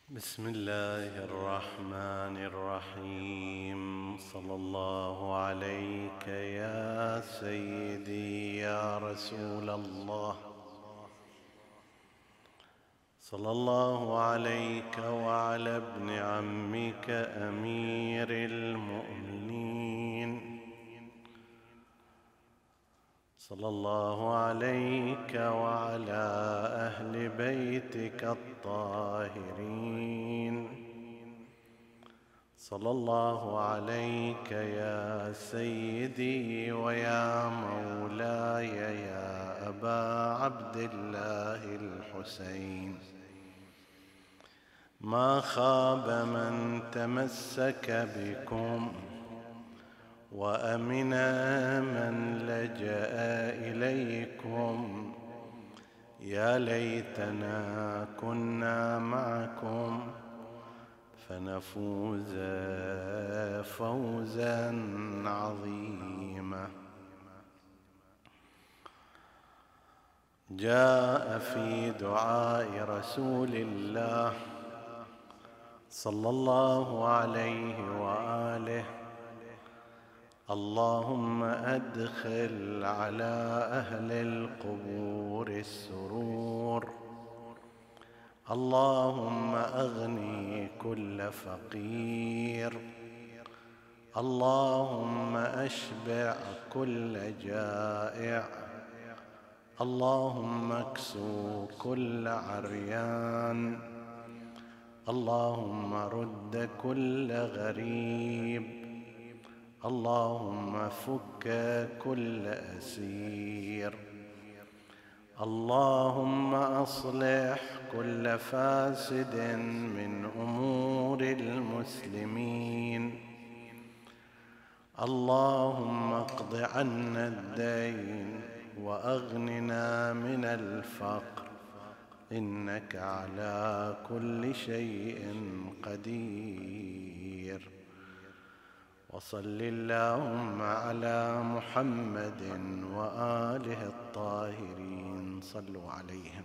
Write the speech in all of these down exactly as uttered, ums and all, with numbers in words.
بسم الله الرحمن الرحيم. صلى الله عليك يا سيدي يا رسول الله، صلى الله عليك وعلى ابن عمك أمير المؤمنين، صلى الله عليك وعلى أهل بيتك الطاهرين، صلى الله عليك يا سيدي ويا مولاي يا أبا عبد الله الحسين. ما خاب من تمسك بكم وأمن من لجأ إليكم. يا ليتنا كنا معكم فنفوز فوزا عظيما. جاء في دعاء رسول الله صلى الله عليه وآله: اللهم أدخل على أهل القبور السرور، اللهم أغني كل فقير، اللهم أشبع كل جائع، اللهم اكسو كل عريان، اللهم رد كل غريب، اللهم فك كل أسير، اللهم أصلح كل فاسد من أمور المسلمين، اللهم اقض عنا الدين وأغننا من الفقر، إنك على كل شيء قدير. وصل اللهم على محمد وآله الطاهرين، صلوا عليهم.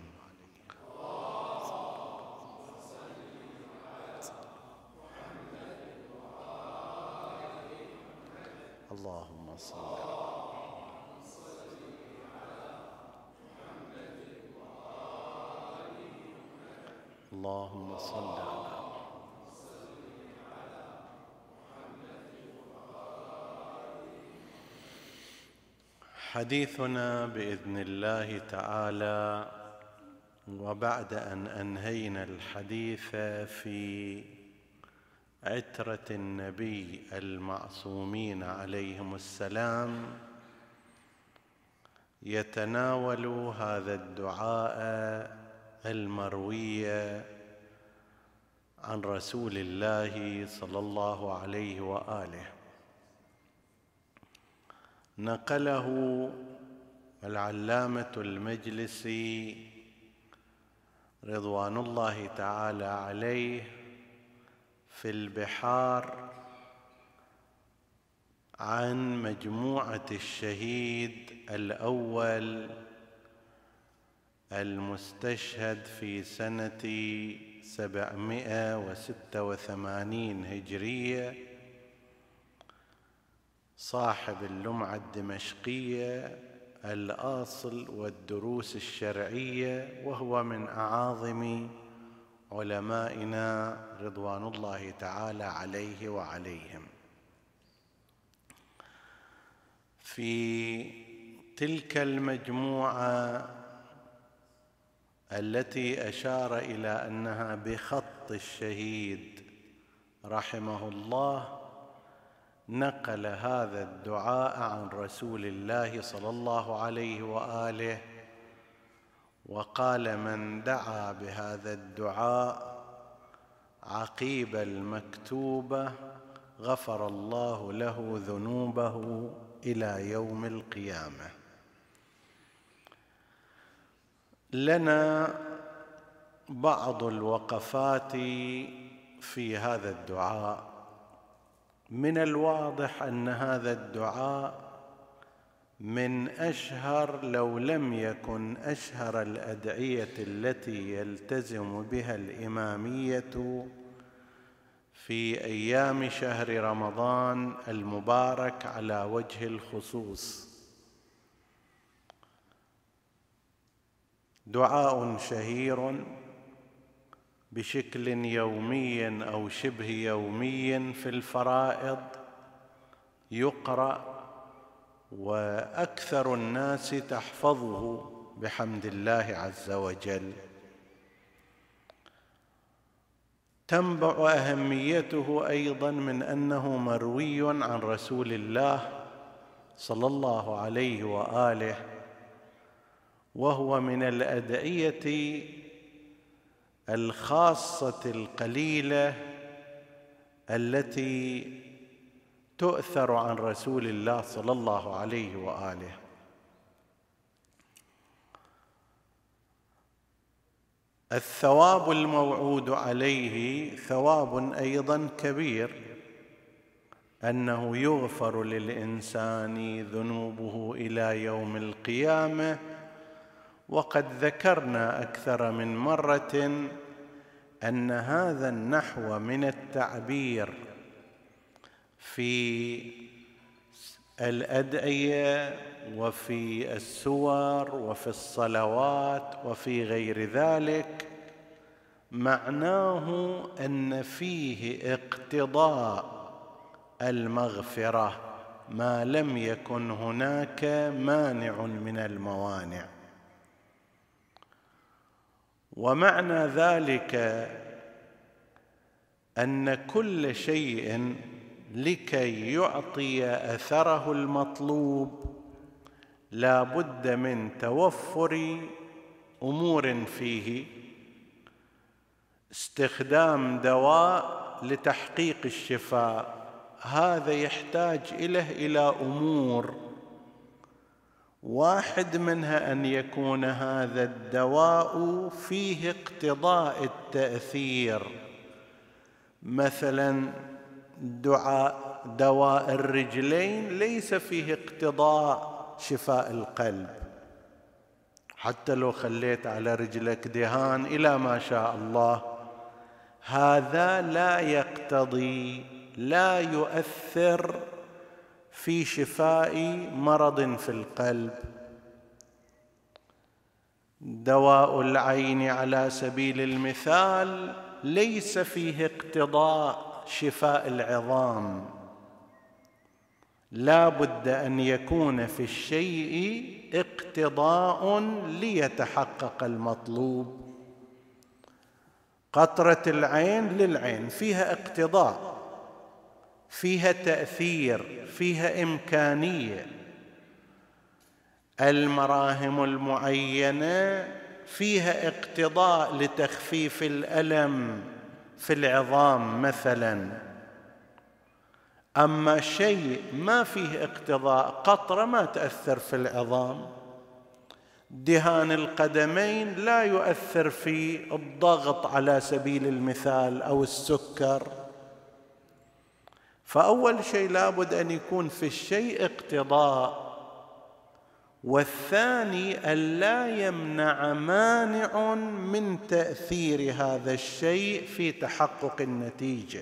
اللهم صل اللهم صل على حديثنا بإذن الله تعالى، وبعد أن أنهينا الحديث في عترة النبي المعصومين عليهم السلام، يتناول هذا الدعاء المروي عن رسول الله صلى الله عليه وآله. نقله العلامة المجلسي رضوان الله تعالى عليه في البحار عن مجموعة الشهيد الأول المستشهد في سنة سبعمائة وستة وثمانين هجرية، صاحب اللمعة الدمشقية الأصل والدروس الشرعية، وهو من أعاظم علمائنا رضوان الله تعالى عليه وعليهم. في تلك المجموعة التي أشار إلى أنها بخط الشهيد رحمه الله، نقل هذا الدعاء عن رسول الله صلى الله عليه وآله، وقال: من دعا بهذا الدعاء عقيب المكتوبة غفر الله له ذنوبه إلى يوم القيامة. لنا بعض الوقفات في هذا الدعاء. من الواضح أن هذا الدعاء من أشهر لو لم يكن أشهر الأدعية التي يلتزم بها الإمامية في أيام شهر رمضان المبارك على وجه الخصوص. دعاء شهير بشكل يومي أو شبه يومي في الفرائض يقرأ، وأكثر الناس تحفظه بحمد الله عز وجل. تنبع أهميته أيضا من أنه مروي عن رسول الله صلى الله عليه وآله، وهو من الأدعية الخاصة القليلة التي تؤثر عن رسول الله صلى الله عليه وآله. الثواب الموعود عليه ثواب أيضا كبير، أنه يغفر للإنسان ذنوبه إلى يوم القيامة. وقد ذكرنا أكثر من مرة أن هذا النحو من التعبير في الأدعية وفي السور وفي الصلوات وفي غير ذلك معناه أن فيه اقتضاء المغفرة ما لم يكن هناك مانع من الموانع. ومعنى ذلك أن كل شيء لكي يعطي أثره المطلوب لا بد من توفر أمور فيه. استخدام دواء لتحقيق الشفاء، هذا يحتاج إليه إلى أمور، واحد منها أن يكون هذا الدواء فيه اقتضاء التأثير. مثلا دعاء دواء الرجلين ليس فيه اقتضاء شفاء القلب، حتى لو خليت على رجلك دهان إلى ما شاء الله، هذا لا يقتضي، لا يؤثر في شفاء مرض في القلب. دواء العين على سبيل المثال ليس فيه اقتضاء شفاء العظام، لا بد أن يكون في الشيء اقتضاء ليتحقق المطلوب. قطرة العين للعين فيها اقتضاء، فيها تأثير، فيها إمكانية. المراهم المعينة فيها اقتضاء لتخفيف الألم في العظام مثلا. أما شيء ما فيه اقتضاء، قطرة ما تأثر في العظام، دهان القدمين لا يؤثر في الضغط على سبيل المثال أو السكر. فأول شيء لابد أن يكون في الشيء اقتضاء، والثاني أن لا يمنع مانع من تأثير هذا الشيء في تحقق النتيجة.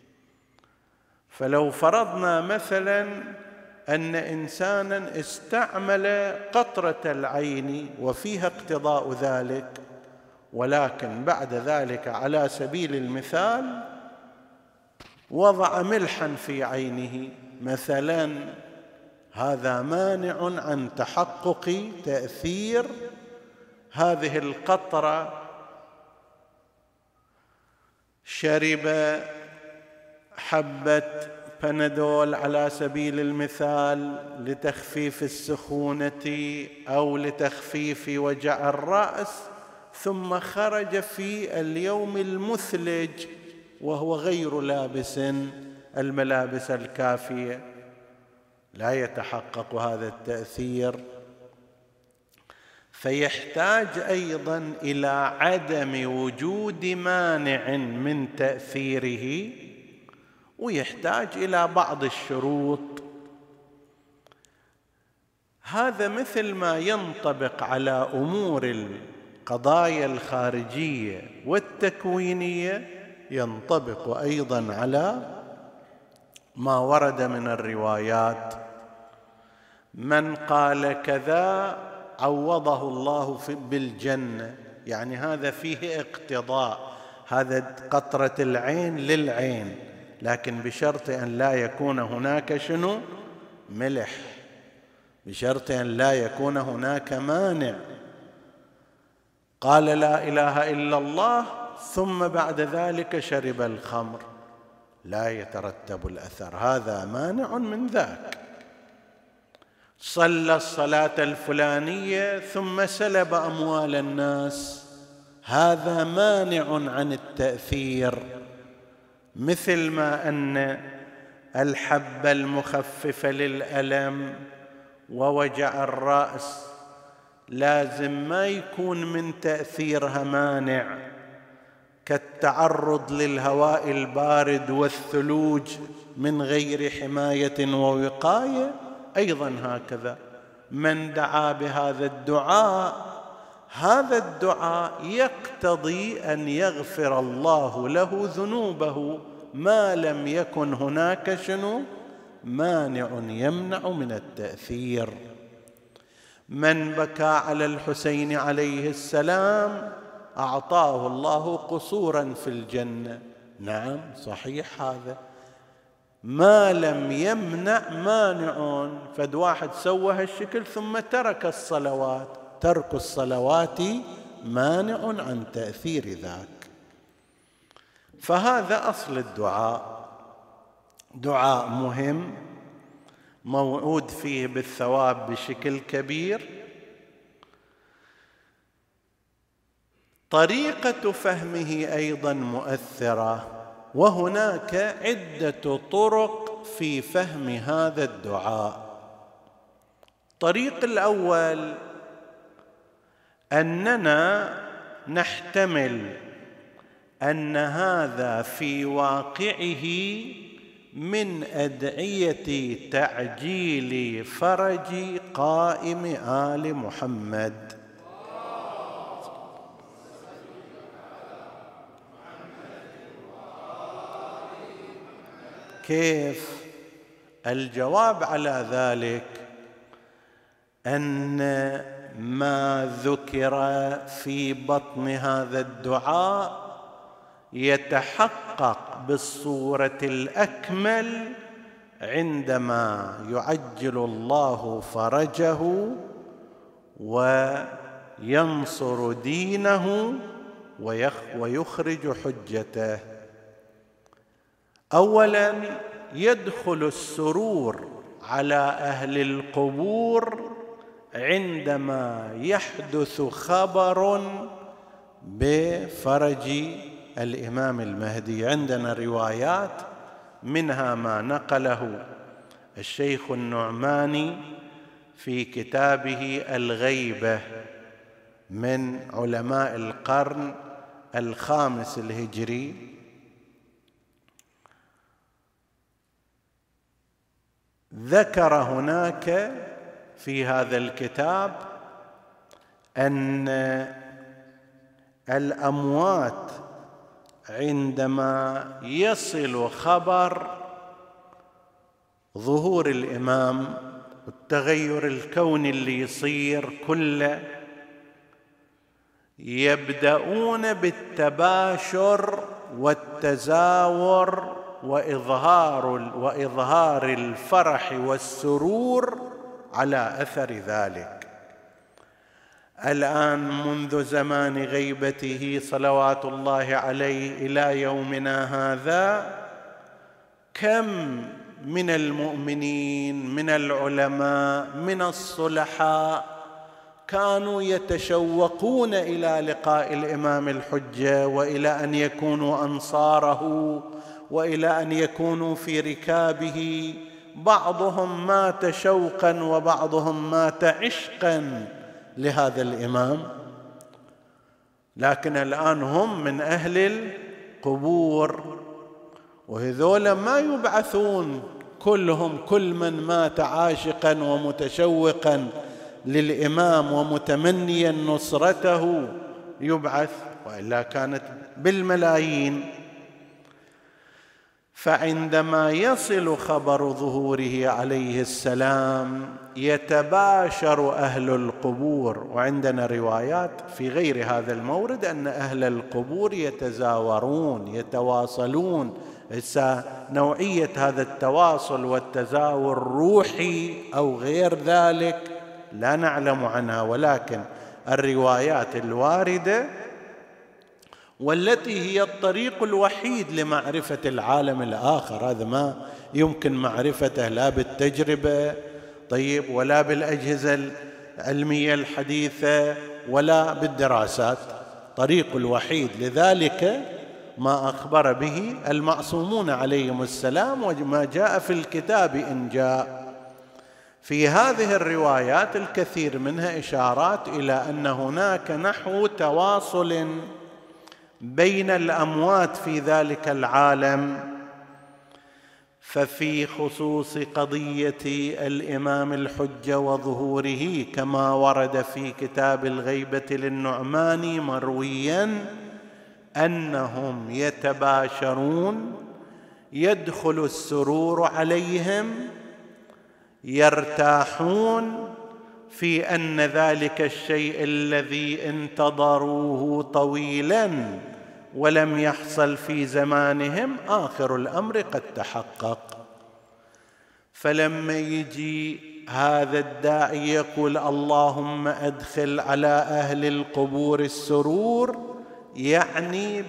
فلو فرضنا مثلا أن إنسانا استعمل قطرة العين وفيها اقتضاء ذلك، ولكن بعد ذلك على سبيل المثال وضع ملحا في عينه مثلا، هذا مانع عن تحقق تأثير هذه القطرة. شرب حبة بنادول على سبيل المثال لتخفيف السخونة أو لتخفيف وجع الرأس، ثم خرج في اليوم المثلج وهو غير لابس الملابس الكافية، لا يتحقق هذا التأثير. فيحتاج أيضا إلى عدم وجود مانع من تأثيره، ويحتاج إلى بعض الشروط. هذا مثل ما ينطبق على أمور القضايا الخارجية والتكوينية ينطبق أيضا على ما ورد من الروايات. من قال كذا عوضه الله بالجنة، يعني هذا فيه اقتضاء، هذا قطرة العين للعين، لكن بشرط أن لا يكون هناك شنو؟ ملح، بشرط أن لا يكون هناك مانع. قال لا إله إلا الله ثم بعد ذلك شرب الخمر، لا يترتب الأثر، هذا مانع من ذاك. صلى الصلاة الفلانية ثم سلب أموال الناس، هذا مانع عن التأثير. مثل ما أن الحب المخفف للألم ووجع الرأس لازم ما يكون من تأثيرها مانع، كالتعرض للهواء البارد والثلوج من غير حماية ووقاية، أيضا هكذا من دعا بهذا الدعاء، هذا الدعاء يقتضي أن يغفر الله له ذنوبه ما لم يكن هناك شنو؟ مانع يمنع من التأثير. من بكى على الحسين عليه السلام أعطاه الله قصورا في الجنة، نعم صحيح، هذا ما لم يمنع مانع. فد واحد سوى هالشكل ثم ترك الصلوات، ترك الصلوات مانع عن تأثير ذاك. فهذا أصل الدعاء، دعاء مهم موعود فيه بالثواب بشكل كبير. طريقة فهمه أيضا مؤثرة، وهناك عدة طرق في فهم هذا الدعاء. الطريق الأول أننا نحتمل أن هذا في واقعه من أدعية تعجيل فرج قائم آل محمد. كيف؟ الجواب على ذلك أن ما ذكر في بطن هذا الدعاء يتحقق بالصورة الأكمل عندما يعجل الله فرجه وينصر دينه ويخرج حجته. أولاً يدخل السرور على أهل القبور عندما يحدث خبر بفرج الإمام المهدي. عندنا روايات منها ما نقله الشيخ النعماني في كتابه الغيبة من علماء القرن الخامس الهجري، ذكر هناك في هذا الكتاب أن الأموات عندما يصل خبر ظهور الإمام والتغير الكوني اللي يصير كله، يبدأون بالتباشر والتزاور وإظهار وإظهار الفرح والسرور على أثر ذلك. الآن منذ زمان غيبته صلوات الله عليه إلى يومنا هذا كم من المؤمنين من العلماء من الصلحاء كانوا يتشوقون إلى لقاء الإمام الحجة وإلى أن يكونوا أنصاره وإلى أن يكونوا في ركابه. بعضهم مات شوقا وبعضهم مات عشقا لهذا الإمام، لكن الآن هم من أهل القبور، وهذول ما يبعثون كلهم كل من مات عاشقا ومتشوقا للإمام ومتمنيا نصرته يبعث، وإلا كانت بالملايين. فعندما يصل خبر ظهوره عليه السلام يتباشر أهل القبور، وعندنا روايات في غير هذا المورد أن أهل القبور يتزاورون يتواصلون. نوعية هذا التواصل والتزاور روحي أو غير ذلك لا نعلم عنها، ولكن الروايات الواردة والتي هي الطريق الوحيد لمعرفة العالم الآخر، هذا ما يمكن معرفته لا بالتجربة طيب ولا بالأجهزة العلمية الحديثة ولا بالدراسات، طريق الوحيد. لذلك ما أخبر به المعصومون عليهم السلام وما جاء في الكتاب إن جاء. في هذه الروايات الكثير منها إشارات إلى أن هناك نحو تواصل بين الأموات في ذلك العالم. ففي خصوص قضية الإمام الحجة وظهوره كما ورد في كتاب الغيبة للنعماني مرويا أنهم يتباشرون، يدخل السرور عليهم، يرتاحون في أن ذلك الشيء الذي انتظروه طويلا ولم يحصل في زمانهم آخر الأمر قد تحقق. فلما يجي هذا الداعي يقول اللهم أدخل على أهل القبور السرور، يعني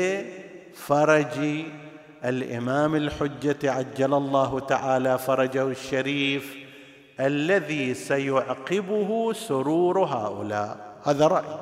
بفرج الإمام الحجة عجل الله تعالى فرجه الشريف الذي سيعقبه سرور هؤلاء. هذا رأي.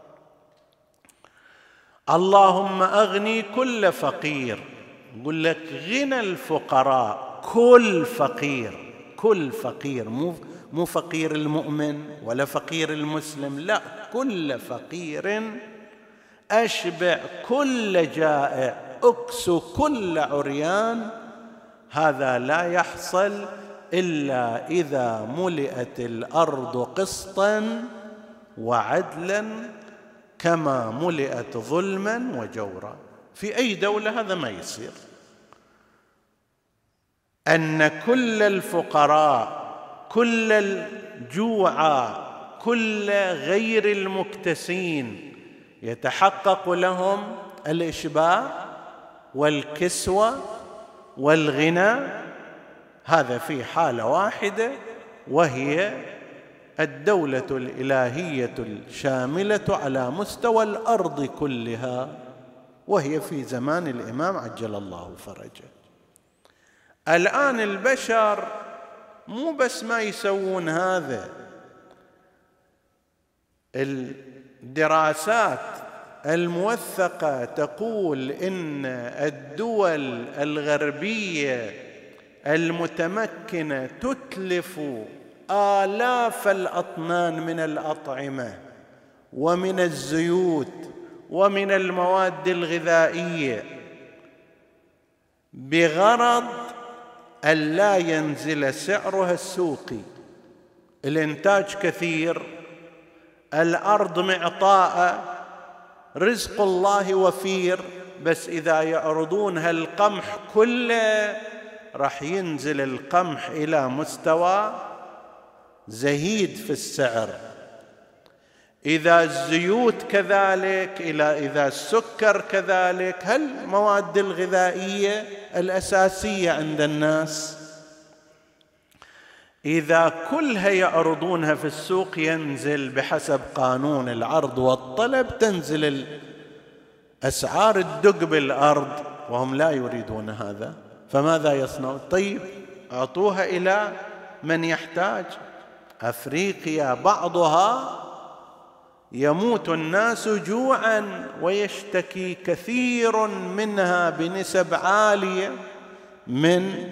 اللهم أغني كل فقير، يقول لك غنى الفقراء كل فقير، كل فقير، مو مو فقير المؤمن ولا فقير المسلم، لا، كل فقير، أشبع كل جائع، أكسو كل عريان. هذا لا يحصل إلا إذا ملئت الأرض قسطا وعدلا كما ملئت ظلما وجورا. في أي دولة هذا ما يصير، أن كل الفقراء، كل الجوعى، كل غير المكتسين يتحقق لهم الإشباع والكسوة والغنى. هذا في حالة واحدة، وهي الدولة الإلهية الشاملة على مستوى الأرض كلها، وهي في زمان الإمام عجل الله فرجه. الآن البشر مو بس ما يسوون هذا، الدراسات الموثقة تقول إن الدول الغربية المتمكنة تتلف آلاف الأطنان من الأطعمة ومن الزيوت ومن المواد الغذائية بغرض ألا ينزل سعرها السوقي. الإنتاج كثير، الأرض معطاءة، رزق الله وفير، بس إذا يعرضون هالقمح كله راح ينزل القمح إلى مستوى زهيد في السعر. إذا الزيوت كذلك، إلى إذا السكر كذلك، هالمواد الغذائية الأساسية عند الناس إذا كلها يعرضونها في السوق ينزل بحسب قانون العرض والطلب، تنزل الأسعار الدق بالأرض، وهم لا يريدون هذا. فماذا يصنعون؟ طيب أعطوها إلى من يحتاج. أفريقيا بعضها يموت الناس جوعا ويشتكي كثير منها بنسب عالية من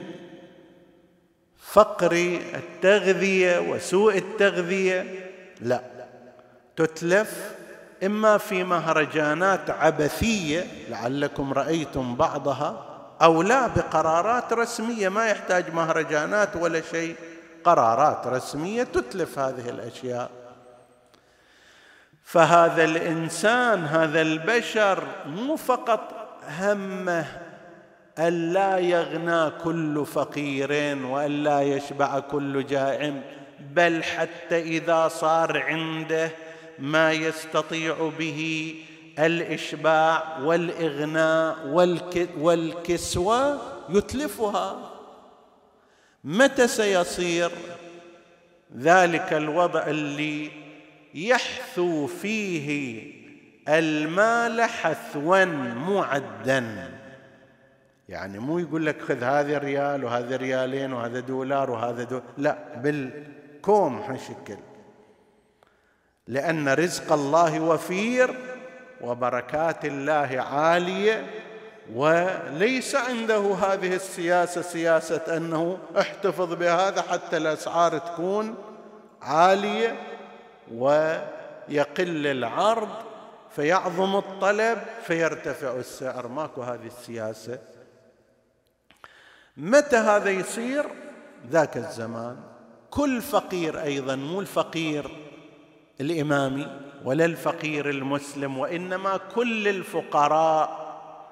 فقر التغذية وسوء التغذية. لا، تتلف إما في مهرجانات عبثية لعلكم رأيتم بعضها أو لا بقرارات رسمية، ما يحتاج مهرجانات ولا شيء، قرارات رسمية تتلف هذه الأشياء. فهذا الإنسان، هذا البشر، مو فقط همه ألا يغنى كل فقير وألا يشبع كل جائع، بل حتى إذا صار عنده ما يستطيع به الإشباع والإغناء والكسوة يتلفها. متى سيصير ذلك الوضع اللي يحثو فيه المال حثوا معدا؟ يعني مو يقول لك خذ هذا ريال وهذا ريالين وهذا دولار وهذا دولار، لا، بالكوم هالشكل، لأن رزق الله وفير وبركات الله عالية، وليس عنده هذه السياسة، سياسة أنه احتفظ بهذا حتى الأسعار تكون عالية ويقل العرض فيعظم الطلب فيرتفع السعر. ماكو هذه السياسة. متى هذا يصير؟ ذاك الزمان كل فقير، أيضا مو الفقير الإمامي ولا الفقير المسلم، وإنما كل الفقراء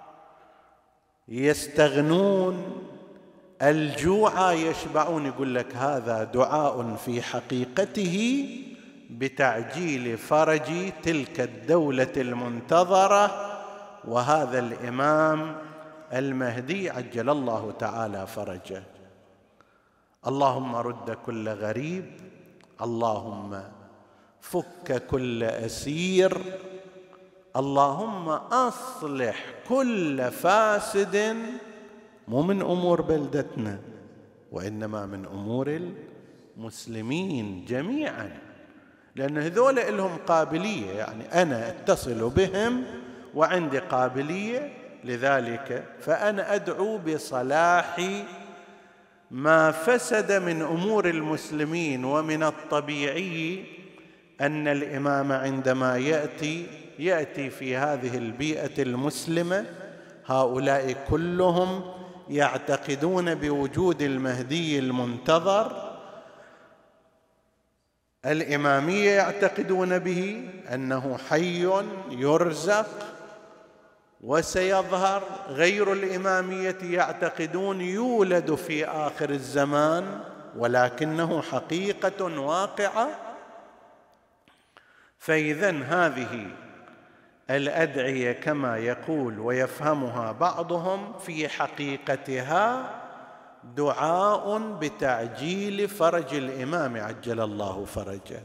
يستغنون، الجوع يشبعون. يقول لك هذا دعاء في حقيقته بتعجيل فرج تلك الدولة المنتظرة وهذا الإمام المهدي عجل الله تعالى فرجه. اللهم رد كل غريب، اللهم فك كل أسير، اللهم أصلح كل فاسد، مو من أمور بلدتنا وإنما من أمور المسلمين جميعا، لأن هذول لهم قابلية، يعني أنا أتصل بهم وعندي قابلية لذلك، فأنا أدعو بصلاح ما فسد من أمور المسلمين. ومن الطبيعي أن الإمام عندما يأتي يأتي في هذه البيئة المسلمة، هؤلاء كلهم يعتقدون بوجود المهدي المنتظر، الإمامية يعتقدون به أنه حي يرزق وسيظهر، غير الإمامية يعتقدون يولد في آخر الزمان ولكنه حقيقة واقعة. فإذن هذه الأدعية كما يقول ويفهمها بعضهم في حقيقتها دعاء بتعجيل فرج الإمام عجل الله فرجه،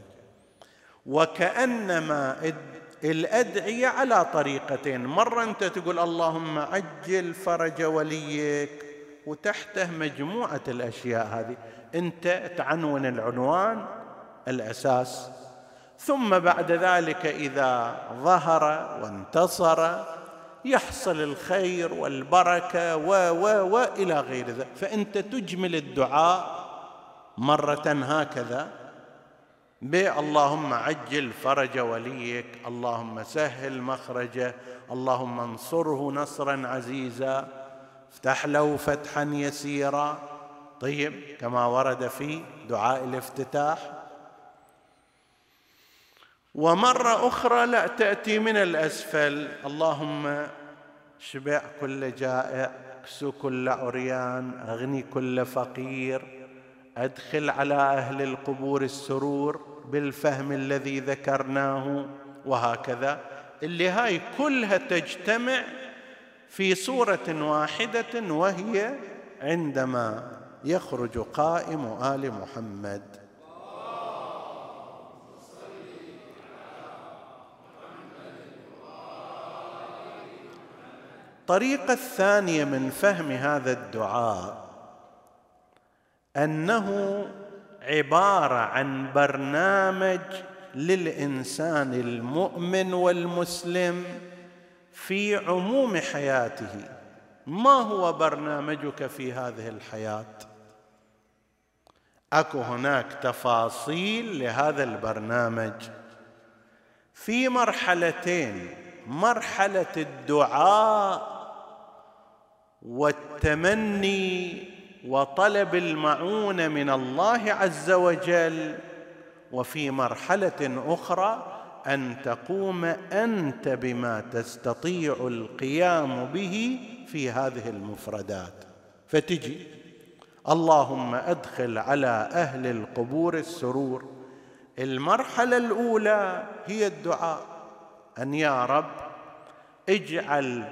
وكأنما الأدعية على طريقتين. مرة أنت تقول اللهم عجل فرج وليك، وتحته مجموعة الأشياء هذه أنت تعنون العنوان الأساس، ثم بعد ذلك إذا ظهر وانتصر يحصل الخير والبركة و و و إلى غير ذلك. فأنت تجمل الدعاء مرة هكذا باللهم عجل فرج وليك، اللهم سهل مخرجه، اللهم انصره نصرا عزيزا، افتح له فتحا يسيرا، طيب كما ورد في دعاء الافتتاح. ومرة أخرى لا، تأتي من الأسفل، اللهم شبع كل جائع، اكسو كل عريان، أغني كل فقير، أدخل على أهل القبور السرور بالفهم الذي ذكرناه، وهكذا، اللي هاي كلها تجتمع في صورة واحدة، وهي عندما يخرج قائم آل محمد. الطريقة الثانية من فهم هذا الدعاء أنه عبارة عن برنامج للإنسان المؤمن والمسلم في عموم حياته. ما هو برنامجك في هذه الحياة؟ أكو هناك تفاصيل لهذا البرنامج في مرحلتين: مرحلة الدعاء والتمني وطلب المعونة من الله عز وجل، وفي مرحلة أخرى أن تقوم أنت بما تستطيع القيام به في هذه المفردات. فتجي اللهم أدخل على أهل القبور السرور. المرحلة الأولى هي الدعاء، أن يا رب اجعل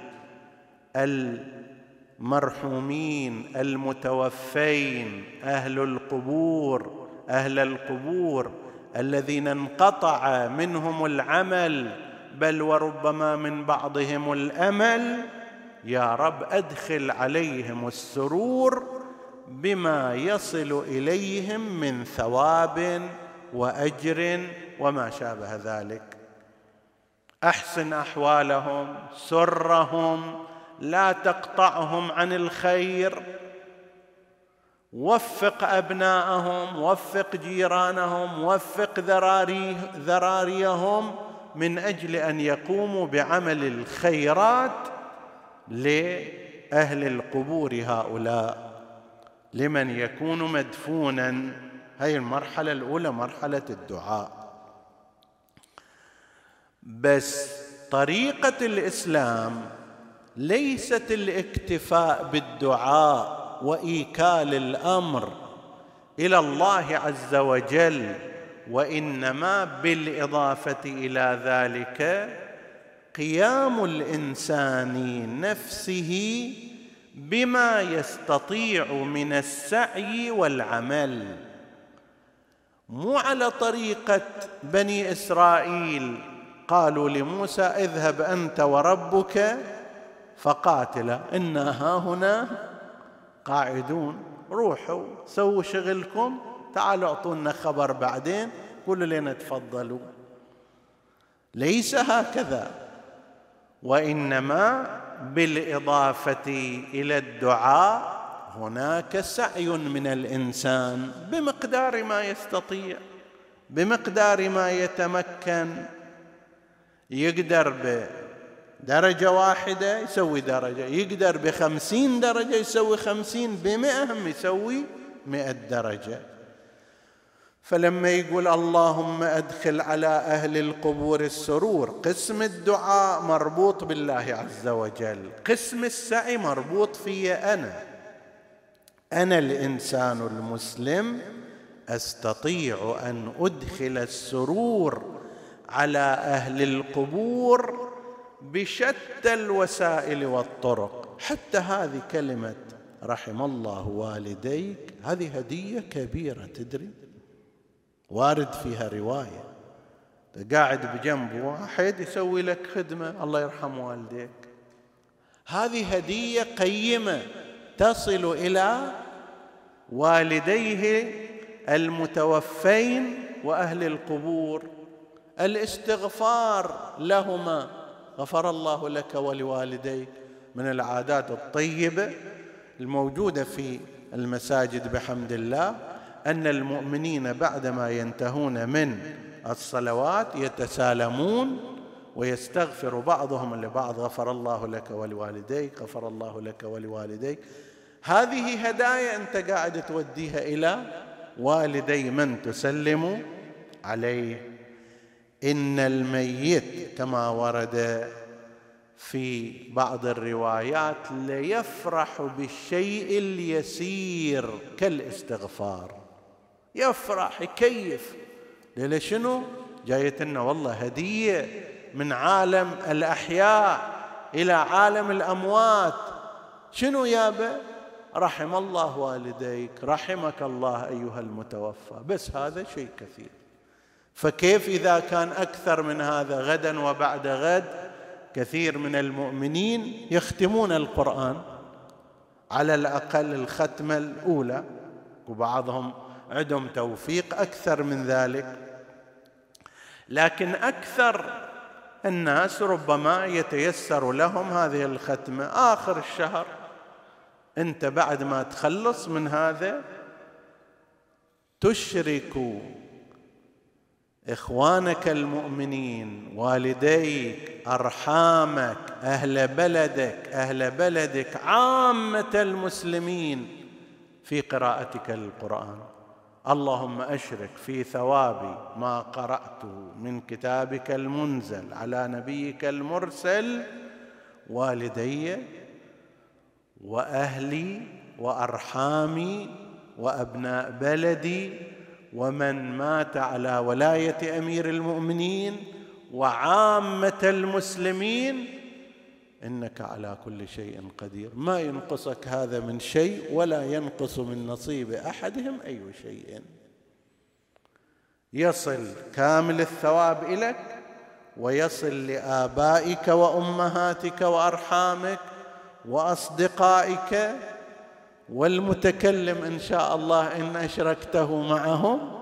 المرحومين المتوفين أهل القبور أهل القبور الذين انقطع منهم العمل بل وربما من بعضهم الأمل، يا رب أدخل عليهم السرور بما يصل إليهم من ثواب وأجر وما شابه ذلك. أحسن أحوالهم، سرهم، لا تقطعهم عن الخير، وفق أبناءهم، وفق جيرانهم، وفق ذراري ذراريهم من أجل أن يقوموا بعمل الخيرات لأهل القبور هؤلاء، لمن يكون مدفونا. هذه المرحلة الأولى مرحلة الدعاء. بس طريقة الإسلام ليست الاكتفاء بالدعاء وإيكال الأمر إلى الله عز وجل، وإنما بالإضافة إلى ذلك قيام الإنسان نفسه بما يستطيع من السعي والعمل، مو على طريقة بني إسرائيل قالوا لموسى اذهب أنت وربك فقاتلا إنا هاهنا قاعدون، روحوا سووا شغلكم، تعالوا اعطونا خبر بعدين، قولوا لنا تفضلوا. ليس هكذا، وإنما بالإضافة إلى الدعاء هناك سعي من الإنسان بمقدار ما يستطيع، بمقدار ما يتمكن. يقدر بدرجة واحدة يسوي درجة، يقدر بخمسين درجة يسوي خمسين، بمئة هم يسوي مئة درجة. فلما يقول اللهم أدخل على أهل القبور السرور، قسم الدعاء مربوط بالله عز وجل، قسم السعي مربوط في أنا أنا الإنسان المسلم أستطيع أن أدخل السرور على أهل القبور بشتى الوسائل والطرق. حتى هذه كلمة رحم الله والديك هذه هدية كبيرة، تدري وارد فيها رواية، قاعد بجنب واحد يسوي لك خدمة الله يرحم والديك، هذه هدية قيمة تصل إلى والديه المتوفين وأهل القبور. الاستغفار لهما، غفر الله لك ولوالديك، من العادات الطيبة الموجودة في المساجد بحمد الله أن المؤمنين بعدما ينتهون من الصلوات يتسالمون ويستغفر بعضهم لبعض، غفر الله لك ولوالديك، غفر الله لك ولوالديك. هذه هدايا أنت قاعد توديها إلى والدي من تسلم عليه. إن الميت كما ورد في بعض الروايات ليفرح بالشيء اليسير كالاستغفار، يفرح يكيف. لشنو؟ جايتنا والله هدية من عالم الأحياء إلى عالم الأموات. شنو يابا؟ رحم الله والديك، رحمك الله أيها المتوفى، بس هذا شيء كثير. فكيف إذا كان أكثر من هذا؟ غدا وبعد غد كثير من المؤمنين يختمون القرآن، على الأقل الختمة الأولى، وبعضهم عندهم توفيق أكثر من ذلك. لكن أكثر الناس ربما يتيسر لهم هذه الختمة آخر الشهر. أنت بعد ما تخلص من هذا تشرك إخوانك المؤمنين، والديك، أرحامك، أهل بلدك، أهل بلدك، عامة المسلمين في قراءتك للقرآن. اللهم أشرك في ثواب ما قرأته من كتابك المنزل على نبيك المرسل والدي وأهلي وأرحامي وأبناء بلدي ومن مات على ولاية أمير المؤمنين وعامة المسلمين، إنك على كل شيء قدير، ما ينقصك هذا من شيء ولا ينقص من نصيب أحدهم أي شيء. يصل كامل الثواب إليك ويصل لآبائك وأمهاتك وأرحامك وأصدقائك، والمتكلم إن شاء الله إن أشركته معهم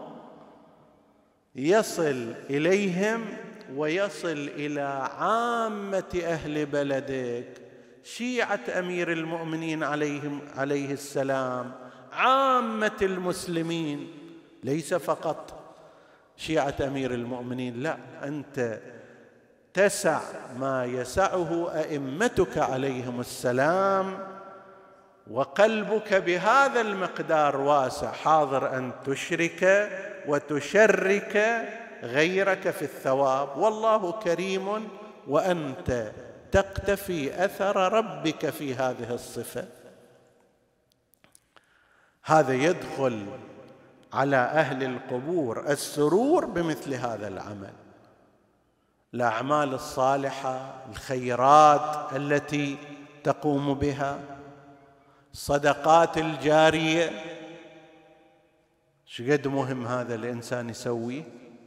يصل إليهم ويصل إلى عامة أهل بلدك، شيعة أمير المؤمنين عليهم عليه السلام، عامة المسلمين، ليس فقط شيعة أمير المؤمنين، لا، أنت تسع ما يسعه أئمتك عليهم السلام، وقلبك بهذا المقدار واسع، حاضر أن تشرك وتشرك غيرك في الثواب، والله كريم وأنت تقتفي أثر ربك في هذه الصفة. هذا يدخل على أهل القبور السرور بمثل هذا العمل، الأعمال الصالحة، الخيرات التي تقوم بها، الصدقات الجارية، شقد مهم هذا الإنسان يسويه.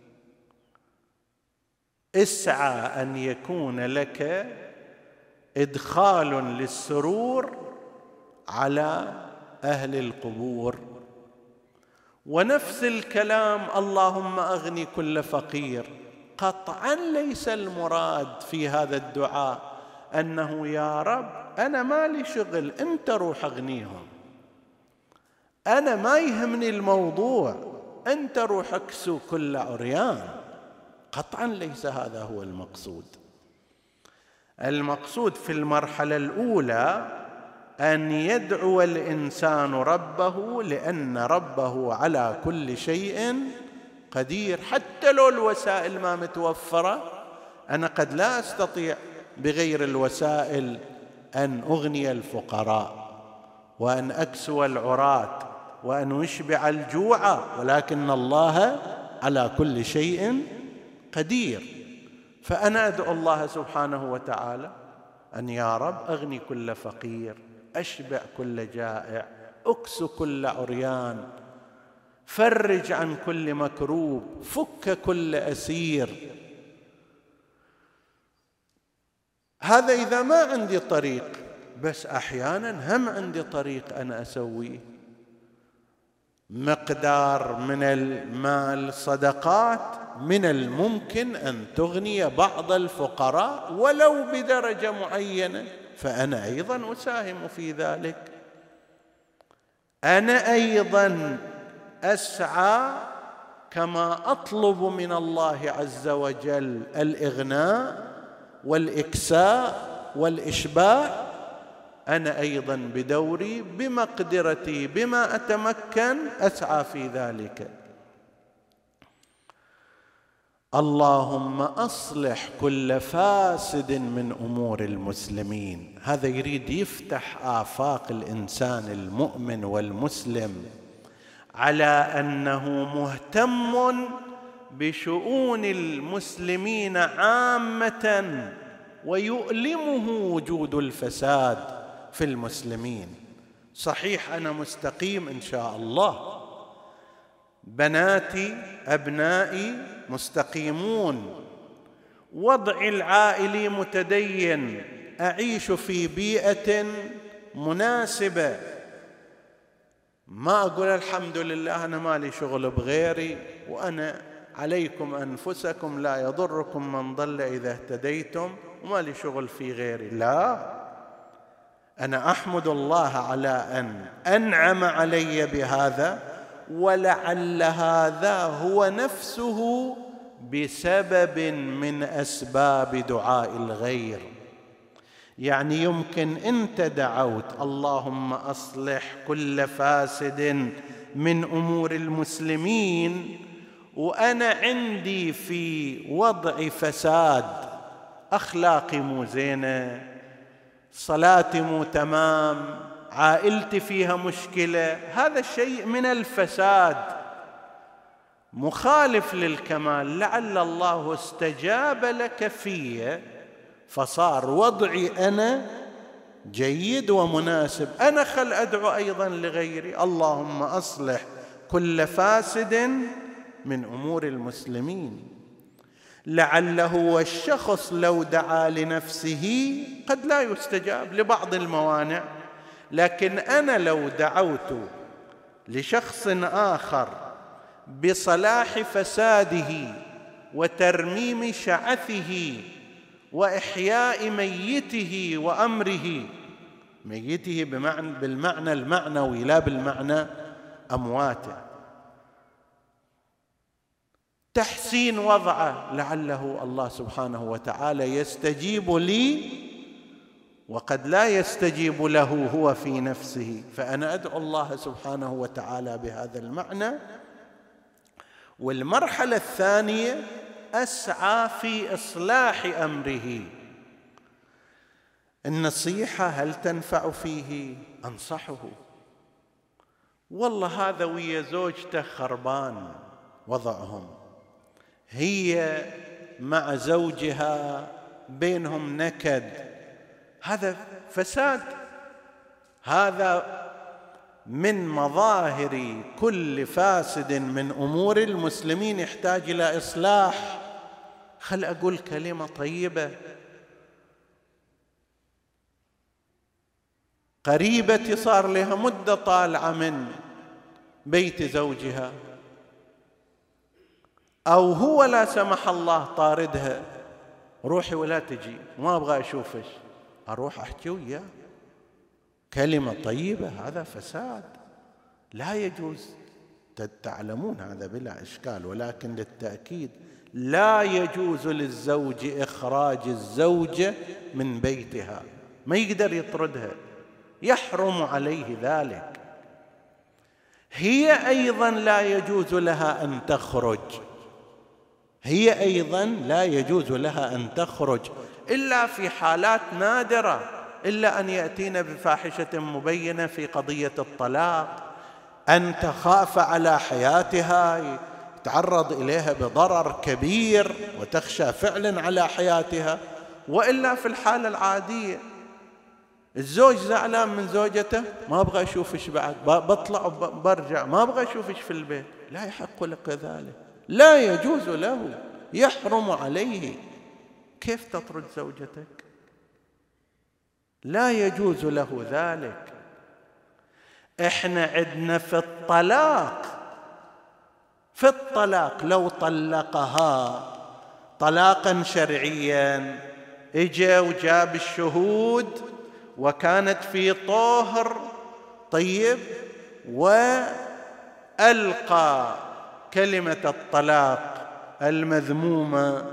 اسعى أن يكون لك إدخال للسرور على أهل القبور. ونفس الكلام اللهم أغني كل فقير، قطعا ليس المراد في هذا الدعاء أنه يا رب أنا ما لي شغل، أنت روح أغنيهم، أنا ما يهمني الموضوع، أنت روح اكسو كل عريان. قطعا ليس هذا هو المقصود. المقصود في المرحلة الأولى أن يدعو الإنسان ربه، لأن ربه على كل شيء قدير، حتى لو الوسائل ما متوفرة. أنا قد لا أستطيع بغير الوسائل أن أغني الفقراء وأن أكسو العراة وأن أشبع الجوع، ولكن الله على كل شيء قدير. فأنا أدعو الله سبحانه وتعالى أن يا رب أغني كل فقير، أشبع كل جائع، أكس كل عريان، فرج عن كل مكروب، فك كل أسير. هذا إذا ما عندي طريق، بس أحيانا هم عندي طريق أنا أسويه. مقدار من المال صدقات من الممكن أن تغني بعض الفقراء ولو بدرجة معينة، فأنا أيضا أساهم في ذلك. أنا أيضا أسعى كما أطلب من الله عز وجل الإغناء والإكساء والإشباع، أنا أيضا بدوري بمقدرتي بما أتمكن أسعى في ذلك. اللهم أصلح كل فاسد من أمور المسلمين. هذا يريد يفتح آفاق الإنسان المؤمن والمسلم على أنه مهتم بشؤون المسلمين عامة، ويؤلمه وجود الفساد في المسلمين. صحيح أنا مستقيم إن شاء الله، بناتي أبنائي مستقيمون، وضعي العائلي متدين، أعيش في بيئة مناسبة، ما أقول الحمد لله أنا ما لي شغل بغيري وأنا عليكم أنفسكم لا يضركم من ضل إذا اهتديتم وما لي شغل في غيري. لا، أنا أحمد الله على أن أنعم علي بهذا، ولعل هذا هو نفسه بسبب من أسباب دعاء الغير. يعني يمكن أنت دعوت اللهم أصلح كل فاسد من أمور المسلمين، وأنا عندي في وضع فساد، أخلاقي مو زينة، صلاتي مو تمام، عائلتي فيها مشكلة، هذا الشيء من الفساد مخالف للكمال، لعل الله استجاب لك فيه فصار وضعي أنا جيد ومناسب، أنا خل أدعو أيضا لغيري اللهم أصلح كل فاسد من أمور المسلمين. لعله والشخص لو دعا لنفسه قد لا يستجاب لبعض الموانع، لكن أنا لو دعوت لشخص آخر بصلاح فساده وترميم شعثه وإحياء ميته وأمره، ميته بمعنى بالمعنى المعنوي لا بالمعنى أمواته، تحسين وضعه، لعله الله سبحانه وتعالى يستجيب لي وقد لا يستجيب له هو في نفسه، فأنا أدعو الله سبحانه وتعالى بهذا المعنى. والمرحلة الثانية أسعى في إصلاح أمره. النصيحة هل تنفع فيه؟ أنصحه، والله هذا ويا زوجته خربان وضعهم، هي مع زوجها بينهم نكد، هذا فساد، هذا من مظاهر كل فاسد من أمور المسلمين يحتاج إلى إصلاح. خل أقول كلمة طيبة. قريبتي صار لها مدة طالعة من بيت زوجها، أو هو لا سمح الله طاردها، روحي ولا تجي، ما أبغى أشوفش، أروح أحكي وياه كلمة طيبة، هذا فساد لا يجوز. تعلمون هذا بلا إشكال، ولكن للتأكيد لا يجوز للزوج إخراج الزوجة من بيتها، ما يقدر يطردها، يحرم عليه ذلك. هي أيضا لا يجوز لها أن تخرج، هي أيضا لا يجوز لها أن تخرج إلا في حالات نادرة، إلا أن يأتين بفاحشة مبينة في قضية الطلاق، أن تخاف على حياتها، يتعرض إليها بضرر كبير وتخشى فعلا على حياتها، وإلا في الحالة العادية الزوج زعلان من زوجته، ما أبغى أشوفش بعد، بطلع وبرجع، ما أبغى أشوفش في البيت، لا يحق لك ذلك، لا يجوز له، يحرم عليه. كيف تطرد زوجتك؟ لا يجوز له ذلك. احنا عندنا في الطلاق، في الطلاق لو طلقها طلاقا شرعيا، اجا وجاب الشهود وكانت في طهر طيب، وألقى كلمة الطلاق المذمومة،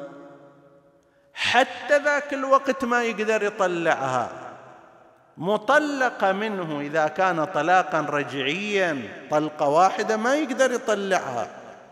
حتى ذاك الوقت ما يقدر يطلعها، مطلقة منه إذا كان طلاقا رجعيا طلقة واحدة ما يقدر يطلعها.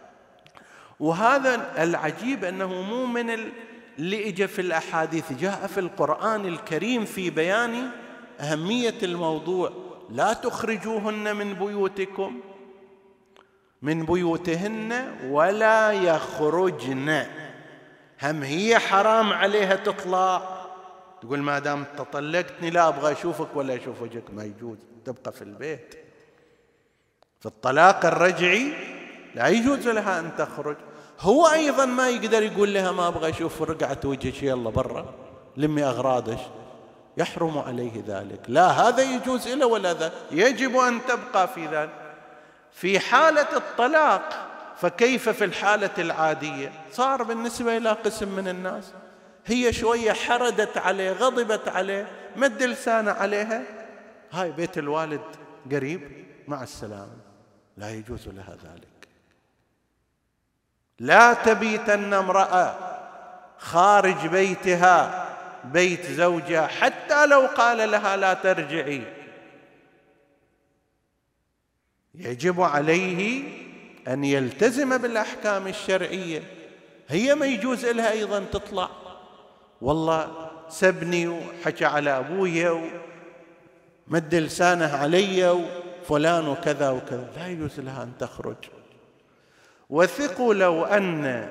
وهذا العجيب أنه مو من اللي إجا في الأحاديث، جاء في القرآن الكريم في بيان أهمية الموضوع. لا تخرجوهن من بيوتكم من بيوتهن ولا يخرجن، هم هي حرام عليها تطلع، تقول ما دام تطلقتني لا أبغى أشوفك ولا أشوف وجهك، ما يجوز، تبقى في البيت. في الطلاق الرجعي لا يجوز لها أن تخرج، هو أيضا ما يقدر يقول لها ما أبغى أشوف رقعة وجهك، يلا برا لمي أغراضش، يحرم عليه ذلك. لا هذا يجوز إلا ولا ذا، يجب أن تبقى في ذلك في حالة الطلاق. فكيف في الحالة العادية؟ صار بالنسبة إلى قسم من الناس هي شوية حردت عليه، غضبت عليه، مد لسانه عليها، هاي بيت الوالد قريب، مع السلامة، لا يجوز لها ذلك. لا تبيتن امرأة خارج بيتها بيت زوجها حتى لو قال لها لا ترجعي، يجب عليه أن يلتزم بالأحكام الشرعية. هي ما يجوز لها أيضا تطلع والله سبني وحكى على أبويا ومد لسانه علي وفلان وكذا وكذا، لا يجوز لها أن تخرج. وثقوا لو أن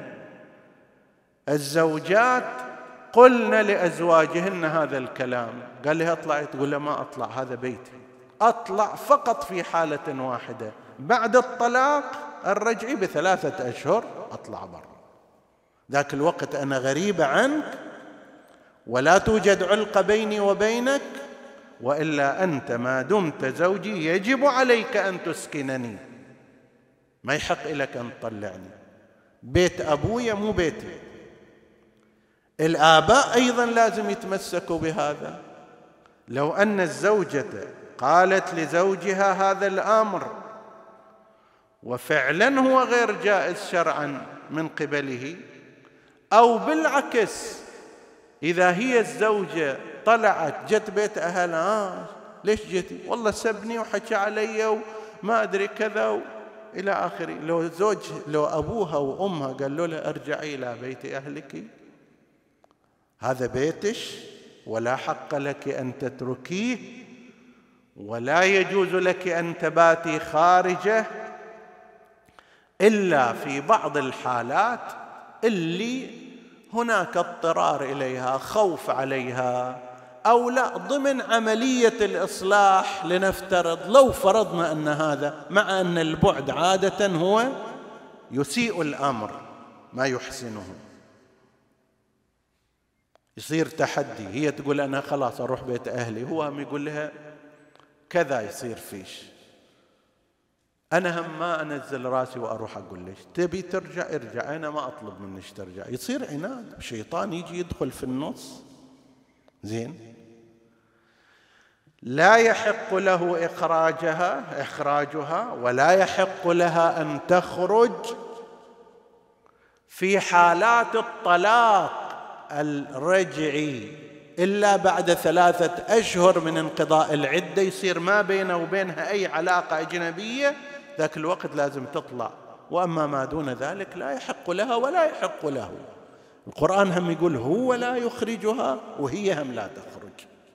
الزوجات قلنا لأزواجهن هذا الكلام، قال لها اطلعي، تقول له ما أطلع، هذا بيتي، أطلع فقط في حالة واحدة، بعد الطلاق الرجعي بثلاثة أشهر أطلع برا، ذاك الوقت أنا غريبة عنك ولا توجد علقة بيني وبينك، وإلا أنت ما دمت زوجي يجب عليك أن تسكنني، ما يحق لك أن تطلعني، بيت أبويا مو بيتي. الآباء أيضا لازم يتمسكوا بهذا. لو أن الزوجة قالت لزوجها هذا الأمر وفعلا هو غير جائز شرعا من قبله، أو بالعكس إذا هي الزوجة طلعت جت بيت أهلها، آه ليش جيتي؟ والله سبني وحكى علي وما أدري كذا إلى آخره. لو زوج لو أبوها وأمها قالوا لها ارجعي إلى بيت أهلك، هذا بيتش ولا حق لك أن تتركيه، ولا يجوز لك أن تباتي خارجه إلا في بعض الحالات اللي هناك اضطرار إليها، خوف عليها، أو لا ضمن عملية الإصلاح. لنفترض لو فرضنا أن هذا، مع أن البعد عادة هو يسيء الأمر ما يحسنه، يصير تحدي، هي تقول أنا خلاص أروح بيت أهلي، هو هم يقول لها كذا يصير فيش، أنا هم ما أنزل راسي وأروح أقول ليش تبي ترجع ارجع، أنا ما أطلب منك ترجع، يصير عناد، الشيطان يجي يدخل في النص. زين، لا يحق له إخراجها إخراجها ولا يحق لها أن تخرج في حالات الطلاق الرجعي إلا بعد ثلاثة أشهر من انقضاء العدة، يصير ما بينه وبينها أي علاقة أجنبية، ذاك الوقت لازم تطلع. وأما ما دون ذلك لا يحق لها ولا يحق له. القرآن هم يقول هو لا يخرجها وهي هم لا تخرج.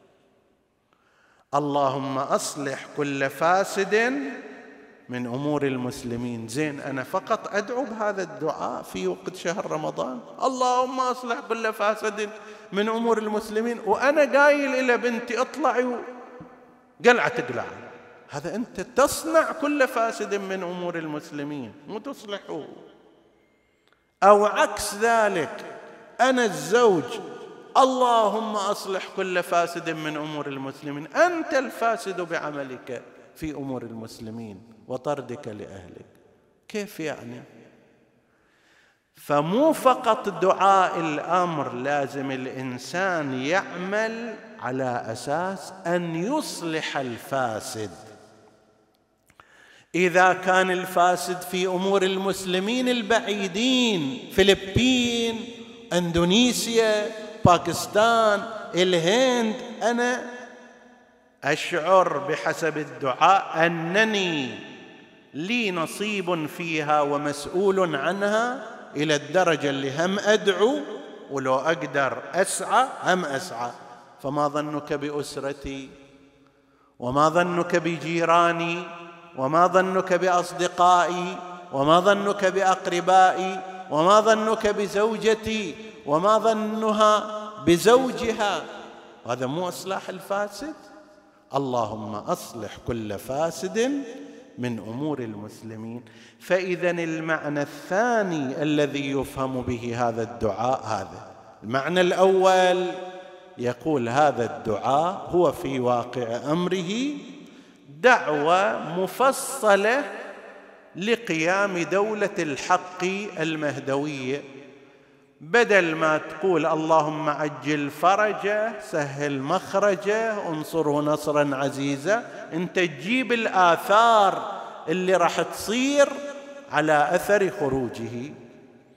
اللهم أصلح كل فاسد من أمور المسلمين. زين، أنا فقط أدعو بهذا الدعاء في وقت شهر رمضان، اللهم أصلح كل فاسد من أمور المسلمين، وأنا قايل إلى بنتي اطلعي قلعة تقلع، هذا أنت تصنع كل فاسد من أمور المسلمين مو تصلحه. أو عكس ذلك، أنا الزوج اللهم أصلح كل فاسد من أمور المسلمين، أنت الفاسد بعملك في أمور المسلمين وطردك لأهلك، كيف يعني؟ فمو فقط دعاء الأمر، لازم الإنسان يعمل على أساس أن يصلح الفاسد. إذا كان الفاسد في أمور المسلمين البعيدين، فلبين، أندونيسيا، باكستان، الهند، أنا أشعر بحسب الدعاء أنني لي نصيب فيها ومسؤول عنها إلى الدرجة اللي هم أدعو، ولو أقدر أسعى هم أسعى. فما ظنك بأسرتي، وما ظنك بجيراني، وما ظنك بأصدقائي، وما ظنك بأقربائي، وما ظنك بزوجتي، وما ظنها بزوجها؟ هذا مو إصلاح الفاسد؟ اللهم أصلح كل فاسد من أمور المسلمين. فإذا المعنى الثاني الذي يفهم به هذا الدعاء هذا. المعنى الأول يقول هذا الدعاء هو في واقع أمره دعوة مفصلة لقيام دولة الحق المهدوية، بدل ما تقول اللهم عجل فرجه، سهل مخرجه، انصره نصرا عزيزا، انت تجيب الآثار اللي راح تصير على أثر خروجه.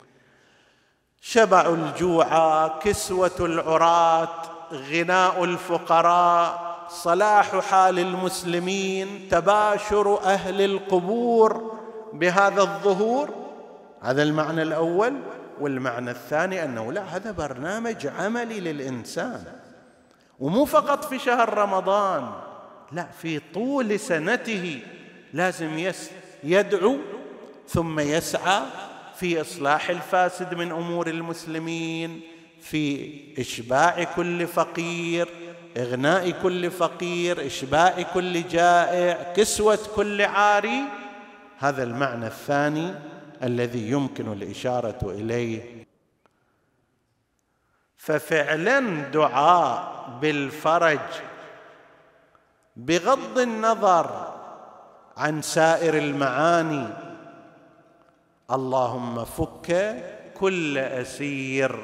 شبع الجوعى، كسوة العراة، غناء الفقراء، صلاح حال المسلمين، تباشر أهل القبور بهذا الظهور. هذا المعنى الأول. والمعنى الثاني أنه لا، هذا برنامج عملي للإنسان، ومو فقط في شهر رمضان، لا، في طول سنته لازم يدعو ثم يسعى في إصلاح الفاسد من أمور المسلمين، في إشباع كل فقير، إغناء كل فقير، إشباع كل جائع، كسوة كل عاري. هذا المعنى الثاني الذي يمكن الإشارة إليه. ففعلا دعاء بالفرج بغض النظر عن سائر المعاني، اللهم فك كل أسير،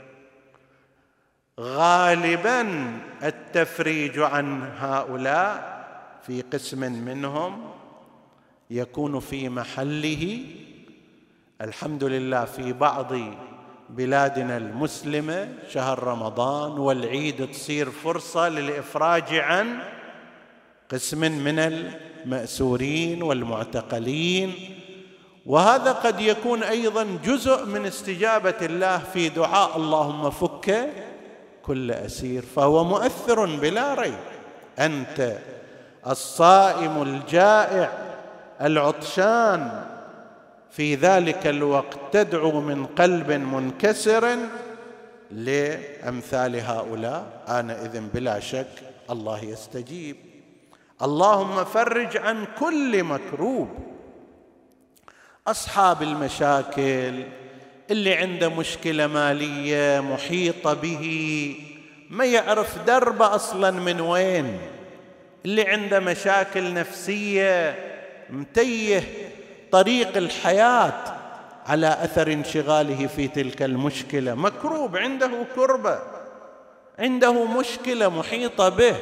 غالبا التفريج عن هؤلاء في قسم منهم يكون في محله. الحمد لله في بعض بلادنا المسلمة شهر رمضان والعيد تصير فرصة للإفراج عن قسم من المأسورين والمعتقلين، وهذا قد يكون أيضا جزء من استجابة الله في دعاء اللهم فك كل أسير، فهو مؤثر بلا ريب. أنت الصائم الجائع العطشان في ذلك الوقت تدعو من قلب منكسر لأمثال هؤلاء، آنئذ بلا شك الله يستجيب. اللهم فرج عن كل مكروب. أصحاب المشاكل، اللي عنده مشكلة مالية محيطة به ما يعرف دربه أصلا من وين، اللي عنده مشاكل نفسية متيه طريق الحياة على أثر انشغاله في تلك المشكلة، مكروب، عنده كربة، عنده مشكلة محيطة به.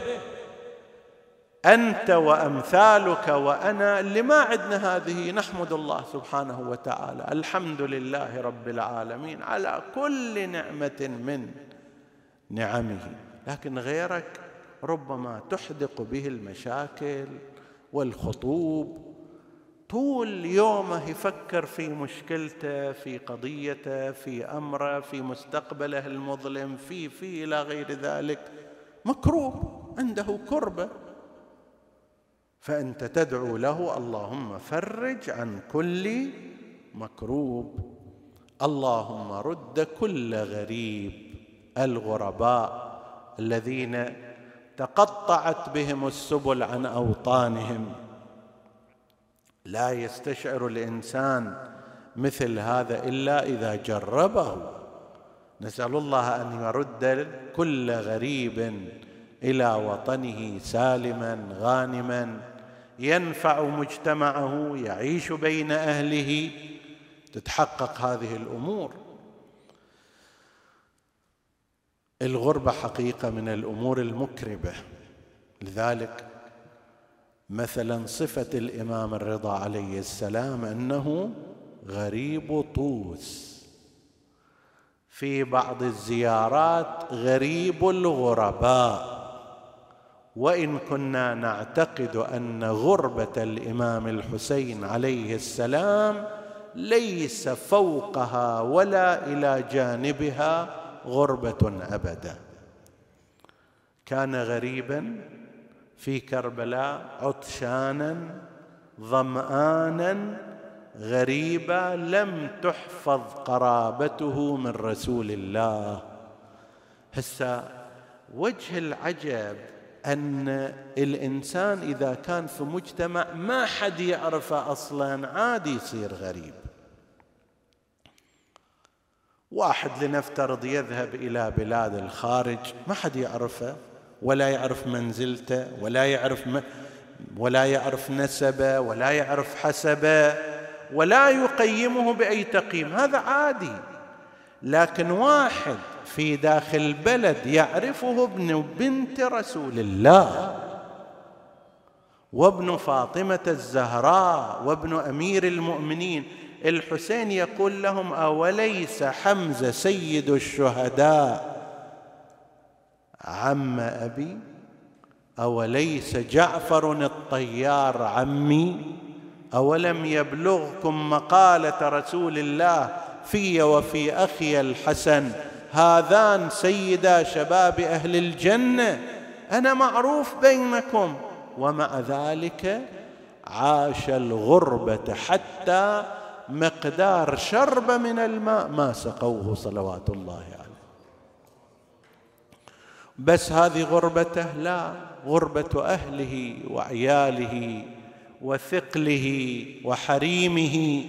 أنت وأمثالك وأنا اللي ما عندنا هذه نحمد الله سبحانه وتعالى، الحمد لله رب العالمين على كل نعمة من نعمه. لكن غيرك ربما تحدق به المشاكل والخطوب، طول يومه يفكر في مشكلته، في قضيته، في أمره، في مستقبله المظلم، في في إلى غير ذلك، مكروب، عنده كربة. فأنت تدعو له اللهم فرج عن كل مكروب. اللهم رد كل غريب، الغرباء الذين تقطعت بهم السبل عن أوطانهم. لا يستشعر الإنسان مثل هذا إلا إذا جربه. نسأل الله أن يرد كل غريب إلى وطنه سالما غانما، ينفع مجتمعه، يعيش بين أهله، تتحقق هذه الأمور. الغربة حقيقة من الأمور المكربة، لذلك مثلا صفة الإمام الرضا عليه السلام أنه غريب طوس، في بعض الزيارات غريب الغرباء. وإن كنا نعتقد أن غربة الإمام الحسين عليه السلام ليس فوقها ولا إلى جانبها غربة أبدا، كان غريبا في كربلاء، عطشانا ظمآنا غريبا، لم تحفظ قرابته من رسول الله. هسه وجه العجب أن الإنسان إذا كان في مجتمع ما حد يعرفه أصلا عادي يصير غريب. واحد لنفترض يذهب إلى بلاد الخارج ما حد يعرفه، ولا يعرف منزلته، ولا يعرف م... ولا يعرف نسبه، ولا يعرف حسبه، ولا يقيمه بأي تقييم، هذا عادي. لكن واحد في داخل بلد يعرفه ابن بنت رسول الله، وابن فاطمة الزهراء، وابن أمير المؤمنين، الحسين يقول لهم: أوليس حمزة سيد الشهداء عم أبي؟ أوليس جعفر الطيار عمي؟ أولم يبلغكم مقالة رسول الله في وفي أخي الحسن هذان سيدا شباب أهل الجنة؟ أنا معروف بينكم. ومع ذلك عاش الغربة حتى مقدار شربة من الماء ما سقوه صلوات الله عليه. بس هذه غربته؟ لا، غربة أهله وعياله وثقله وحريمه.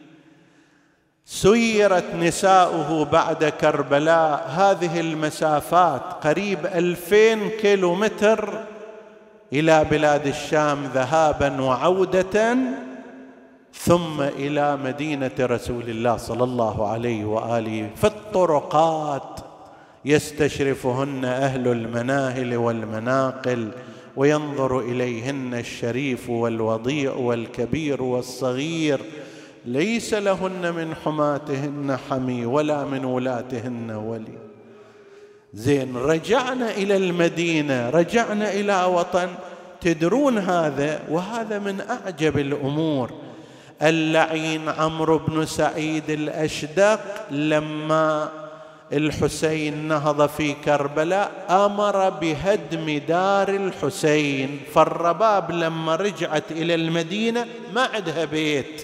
سيرت نساؤه بعد كربلاء هذه المسافات قريب ألفين كيلو متر إلى بلاد الشام ذهابا وعودة، ثم إلى مدينة رسول الله صلى الله عليه وآله في الطرقات يستشرفهن أهل المناهل والمناقل وينظر إليهن الشريف والوضيع والكبير والصغير، ليس لهن من حماتهن حمي ولا من ولاتهن ولي. زين، رجعنا إلى المدينة، رجعنا إلى وطن. تدرون هذا، وهذا من أعجب الأمور، اللعين عمرو بن سعيد الأشدق لما الحسين نهض في كربلاء أمر بهدم دار الحسين، فالرباب لما رجعت إلى المدينة ما عندها بيت،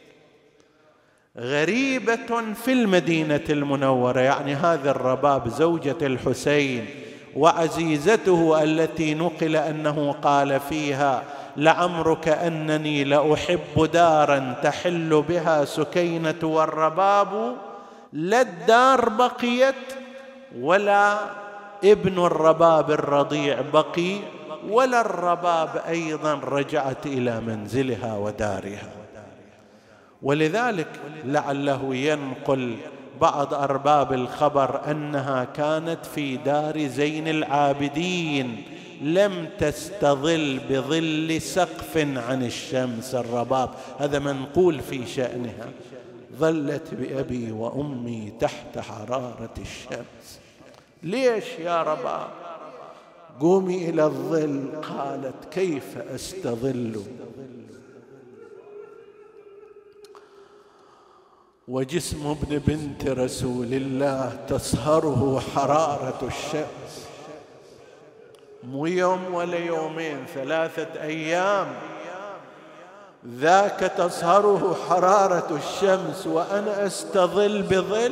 غريبة في المدينة المنورة. يعني هذا الرباب زوجة الحسين وعزيزته التي نقل أنه قال فيها: لعمرك أنني لأحب دارا تحل بها سكينة والرباب، لا الدار بقيت ولا ابن الرباب الرضيع بقي، ولا الرباب أيضا رجعت إلى منزلها ودارها. ولذلك لعله ينقل بعض أرباب الخبر أنها كانت في دار زين العابدين، لم تستظل بظل سقف عن الشمس. الرباب هذا منقول في شأنها: ظلت بأبي وأمي تحت حرارة الشمس. ليش يا رباب؟ قومي إلى الظل. قالت: كيف أستظل وجسم ابن بنت رسول الله تصهره حرارة الشمس؟ مو يوم ولا يومين، ثلاثة أيام، ذاك تصهره حرارة الشمس وأنا أستظل بظل.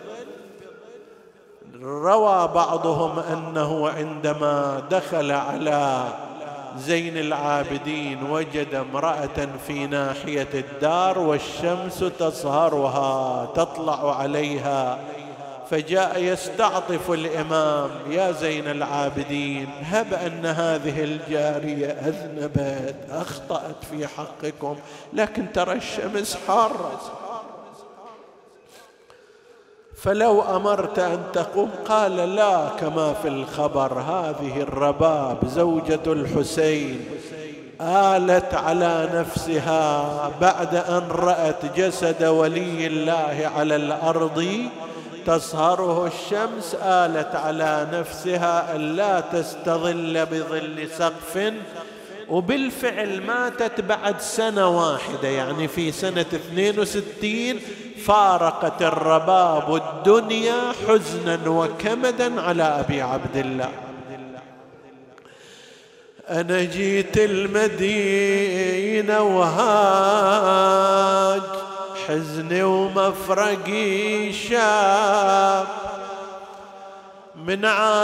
روى بعضهم أنه عندما دخل على زين العابدين وجد امرأة في ناحية الدار والشمس تصهرها تطلع عليها، فجاء يستعطف الإمام: يا زين العابدين، هب أن هذه الجارية أذنبت أخطأت في حقكم، لكن ترى الشمس حارة، فلو أمرت أن تقوم. قال: لا، كما في الخبر هذه الرباب زوجة الحسين آلت على نفسها بعد أن رأت جسد ولي الله على الأرض تصهره الشمس، آلت على نفسها ألا تستظل بظل سقف، وبالفعل ماتت بعد سنة واحدة، يعني في سنة اثنين وستين فارقت الرباب الدنيا حزنا وكمدا على أبي عبد الله. أنا جيت المدينة وهاج حزني ومفرقي شاب، من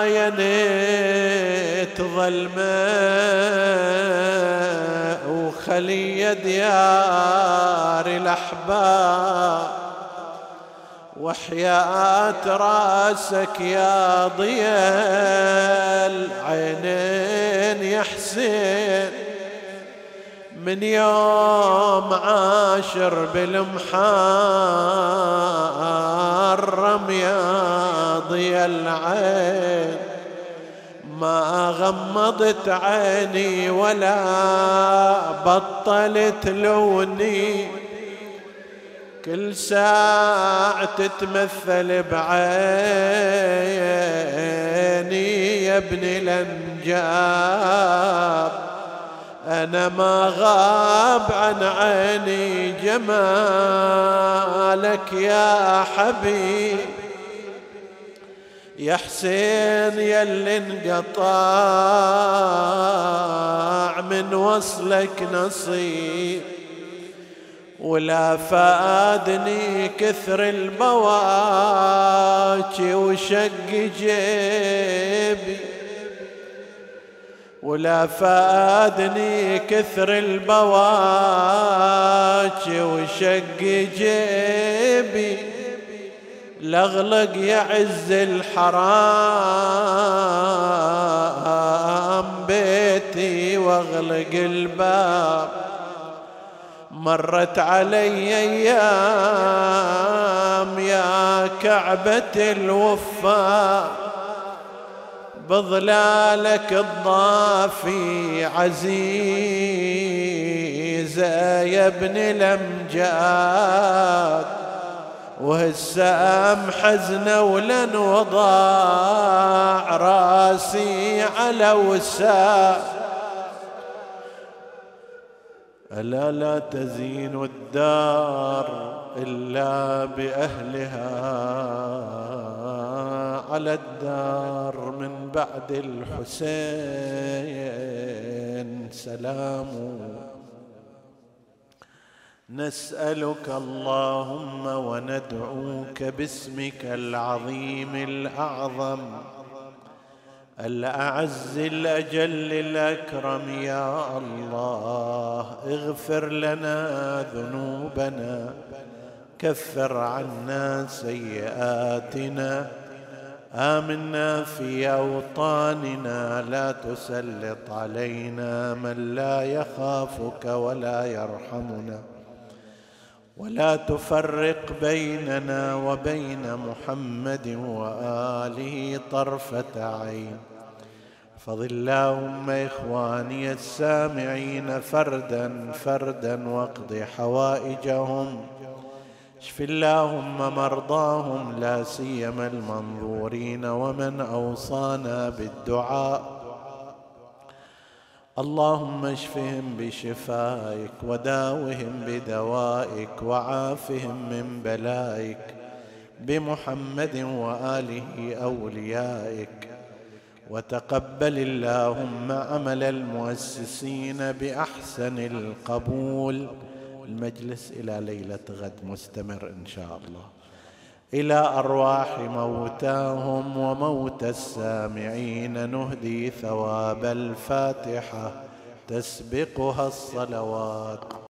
عاينت ظلمة وخلي ديار الأحباب، وحياة راسك يا ضيال عينين يا حسين، من يوم عاشر بالمحرم يا ضي العين، ما غمضت عيني ولا بطلت لوني، كل ساعة تتمثل بعيني يا ابن الأنجاب، أنا ما غاب عن عيني جمالك يا حبيب، يا حسين يلي انقطع من وصلك نصيب، ولا فادني كثر البواكي وشق جيبي، ولا فادني كثر البواكي وشق جيبي، لاغلق يعز الحرام بيتي واغلق الباب. مرت علي ايام يا كعبة الوفاء، بظلالك الضافي عزيزة يا ابن الأمجاد، وهسه أم حزنة ولن وضاع راسي على وسام. ألا لا تزين الدار إلا بأهلها، على الدار من بعد الحسين سلام. نسألك اللهم وندعوك باسمك العظيم الأعظم الأعز الأجل الأكرم، يا الله اغفر لنا ذنوبنا، كفر عنا سيئاتنا، آمنا في أوطاننا، لا تسلط علينا من لا يخافك ولا يرحمنا، ولا تفرق بيننا وبين محمد وآله طرفة عين. احفظ اللهم إخواني السامعين فردا فردا واقض حوائجهم، اشف اللهم مرضاهم لا سيما المنظورين ومن أوصانا بالدعاء. اللهم اشفهم بشفائك وداوهم بدوائك وعافهم من بلائك، بمحمد وآله أوليائك. وتقبل اللهم عمل المؤسسين بأحسن القبول. المجلس إلى ليلة غد مستمر إن شاء الله، إلى أرواح موتاهم وموتى السامعين نهدي ثواب الفاتحة تسبقها الصلوات.